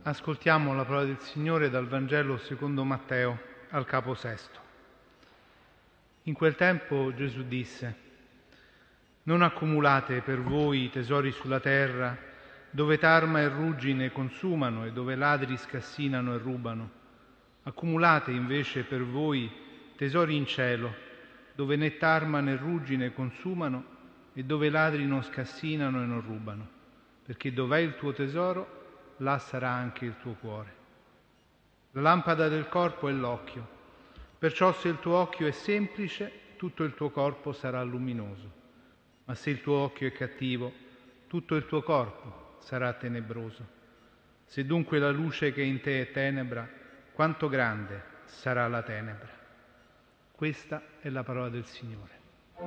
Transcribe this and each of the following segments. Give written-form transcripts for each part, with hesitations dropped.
Ascoltiamo la parola del Signore dal Vangelo secondo Matteo, al capo sesto. In quel tempo Gesù disse: «Non accumulate per voi tesori sulla terra, dove tarma e ruggine consumano e dove ladri scassinano e rubano. Accumulate invece per voi tesori in cielo, dove né tarma né ruggine consumano e dove ladri non scassinano e non rubano, perché dov'è il tuo tesoro, là sarà anche il tuo cuore. La lampada del corpo è l'occhio, perciò se il tuo occhio è semplice, tutto il tuo corpo sarà luminoso, ma se il tuo occhio è cattivo, tutto il tuo corpo sarà tenebroso. Se dunque la luce che in te è tenebra, quanto grande sarà la tenebra». Questa è la parola del Signore.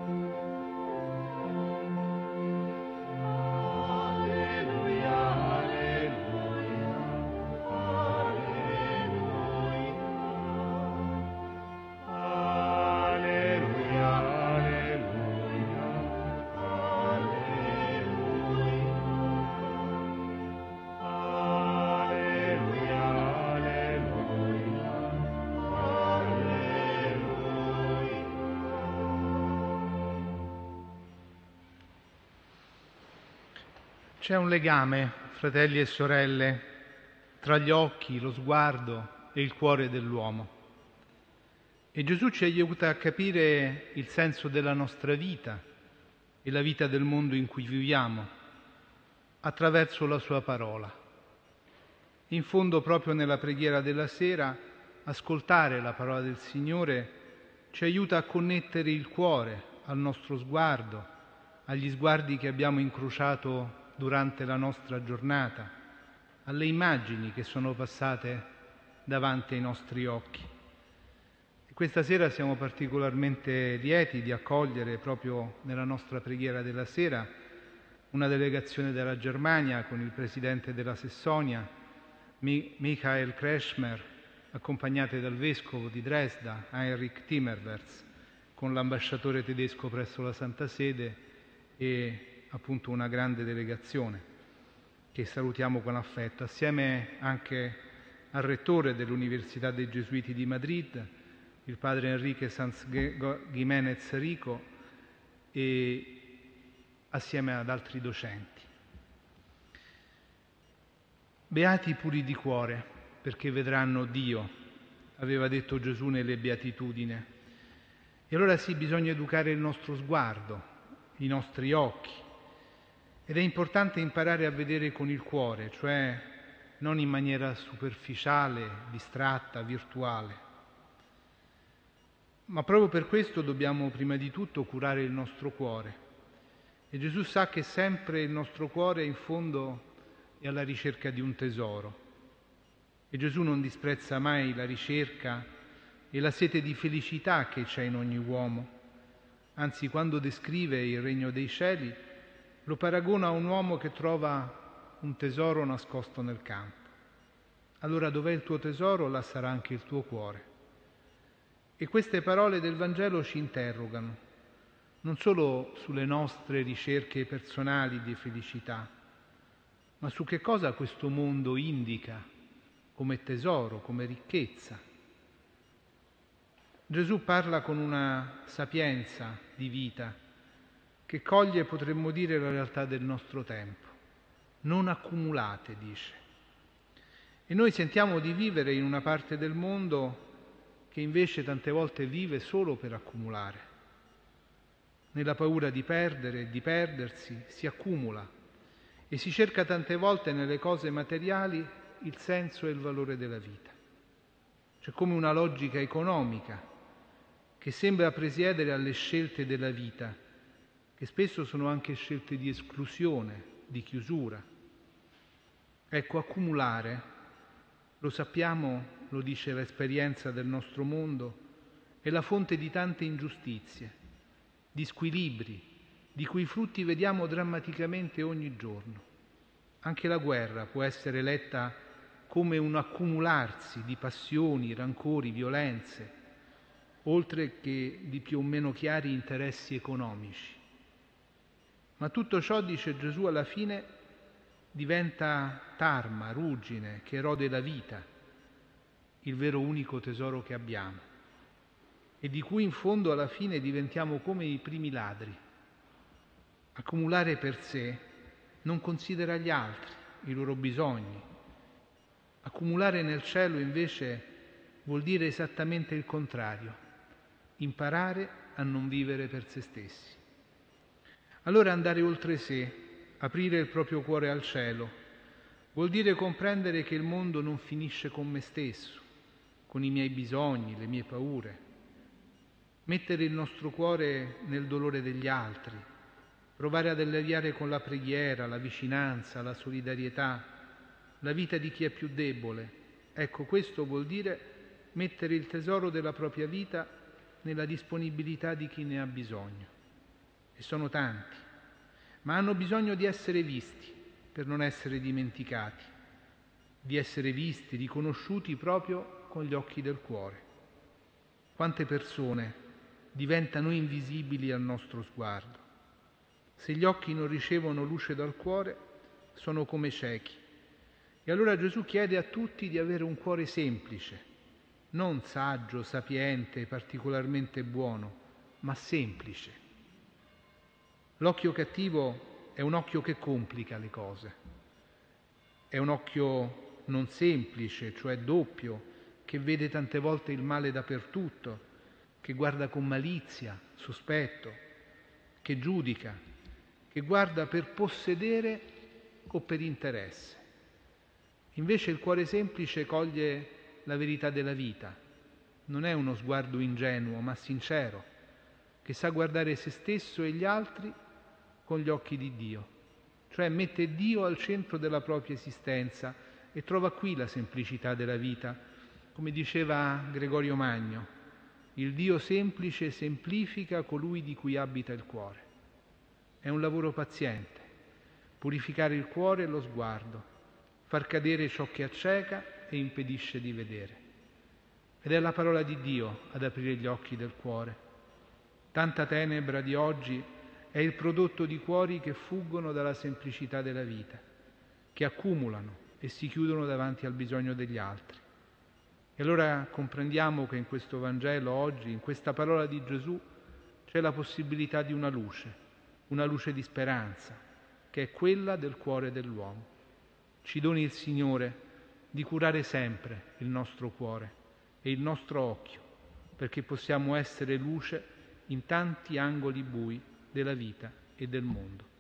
C'è un legame, fratelli e sorelle, tra gli occhi, lo sguardo e il cuore dell'uomo. E Gesù ci aiuta a capire il senso della nostra vita e la vita del mondo in cui viviamo attraverso la sua parola. In fondo, proprio nella preghiera della sera, ascoltare la parola del Signore ci aiuta a connettere il cuore al nostro sguardo, agli sguardi che abbiamo incrociato durante la nostra giornata, alle immagini che sono passate davanti ai nostri occhi. E questa sera siamo particolarmente lieti di accogliere proprio nella nostra preghiera della sera una delegazione dalla Germania con il presidente della Sassonia, Michael Kretschmer, accompagnate dal vescovo di Dresda, Heinrich Timmermans, con l'ambasciatore tedesco presso la Santa Sede e appunto una grande delegazione che salutiamo con affetto, assieme anche al rettore dell'Università dei Gesuiti di Madrid, il padre Enrique Sanz Giménez Rico, e assieme ad altri docenti. Beati i puri di cuore, perché vedranno Dio, aveva detto Gesù nelle Beatitudini. E allora sì, bisogna educare il nostro sguardo, i nostri occhi, ed è importante imparare a vedere con il cuore, cioè non in maniera superficiale, distratta, virtuale. Ma proprio per questo dobbiamo prima di tutto curare il nostro cuore. E Gesù sa che sempre il nostro cuore in fondo è alla ricerca di un tesoro. E Gesù non disprezza mai la ricerca e la sete di felicità che c'è in ogni uomo. Anzi, quando descrive il regno dei cieli, lo paragona a un uomo che trova un tesoro nascosto nel campo. Allora dov'è il tuo tesoro, là sarà anche il tuo cuore. E queste parole del Vangelo ci interrogano, non solo sulle nostre ricerche personali di felicità, ma su che cosa questo mondo indica come tesoro, come ricchezza. Gesù parla con una sapienza di vita che coglie, potremmo dire, la realtà del nostro tempo. Non accumulate, dice. E noi sentiamo di vivere in una parte del mondo che invece tante volte vive solo per accumulare. Nella paura di perdere e di perdersi si accumula e si cerca tante volte nelle cose materiali il senso e il valore della vita. C'è come una logica economica che sembra presiedere alle scelte della vita, che spesso sono anche scelte di esclusione, di chiusura. Ecco, accumulare, lo sappiamo, lo dice l'esperienza del nostro mondo, è la fonte di tante ingiustizie, di squilibri, di cui frutti vediamo drammaticamente ogni giorno. Anche la guerra può essere letta come un accumularsi di passioni, rancori, violenze, oltre che di più o meno chiari interessi economici. Ma tutto ciò, dice Gesù alla fine, diventa tarma, ruggine che erode la vita, il vero unico tesoro che abbiamo e di cui in fondo alla fine diventiamo come i primi ladri. Accumulare per sé non considera gli altri, i loro bisogni. Accumulare nel cielo invece vuol dire esattamente il contrario, imparare a non vivere per se stessi. Allora andare oltre sé, aprire il proprio cuore al cielo, vuol dire comprendere che il mondo non finisce con me stesso, con i miei bisogni, le mie paure. Mettere il nostro cuore nel dolore degli altri, provare ad alleviare con la preghiera, la vicinanza, la solidarietà, la vita di chi è più debole. Ecco, questo vuol dire mettere il tesoro della propria vita nella disponibilità di chi ne ha bisogno. E sono tanti, ma hanno bisogno di essere visti per non essere dimenticati, di essere visti, riconosciuti proprio con gli occhi del cuore. Quante persone diventano invisibili al nostro sguardo. Se gli occhi non ricevono luce dal cuore, sono come ciechi. E allora Gesù chiede a tutti di avere un cuore semplice, non saggio, sapiente, particolarmente buono, ma semplice. L'occhio cattivo è un occhio che complica le cose. È un occhio non semplice, cioè doppio, che vede tante volte il male dappertutto, che guarda con malizia, sospetto, che giudica, che guarda per possedere o per interesse. Invece il cuore semplice coglie la verità della vita. Non è uno sguardo ingenuo, ma sincero, che sa guardare se stesso e gli altri con gli occhi di Dio, cioè mette Dio al centro della propria esistenza e trova qui la semplicità della vita. Come diceva Gregorio Magno, il Dio semplice semplifica colui di cui abita il cuore. È un lavoro paziente, purificare il cuore e lo sguardo, far cadere ciò che acceca e impedisce di vedere. Ed è la parola di Dio ad aprire gli occhi del cuore. Tanta tenebra di oggi è il prodotto di cuori che fuggono dalla semplicità della vita, che accumulano e si chiudono davanti al bisogno degli altri. E allora comprendiamo che in questo Vangelo oggi, in questa parola di Gesù, c'è la possibilità di una luce di speranza, che è quella del cuore dell'uomo. Ci doni il Signore di curare sempre il nostro cuore e il nostro occhio, perché possiamo essere luce in tanti angoli bui della vita e del mondo.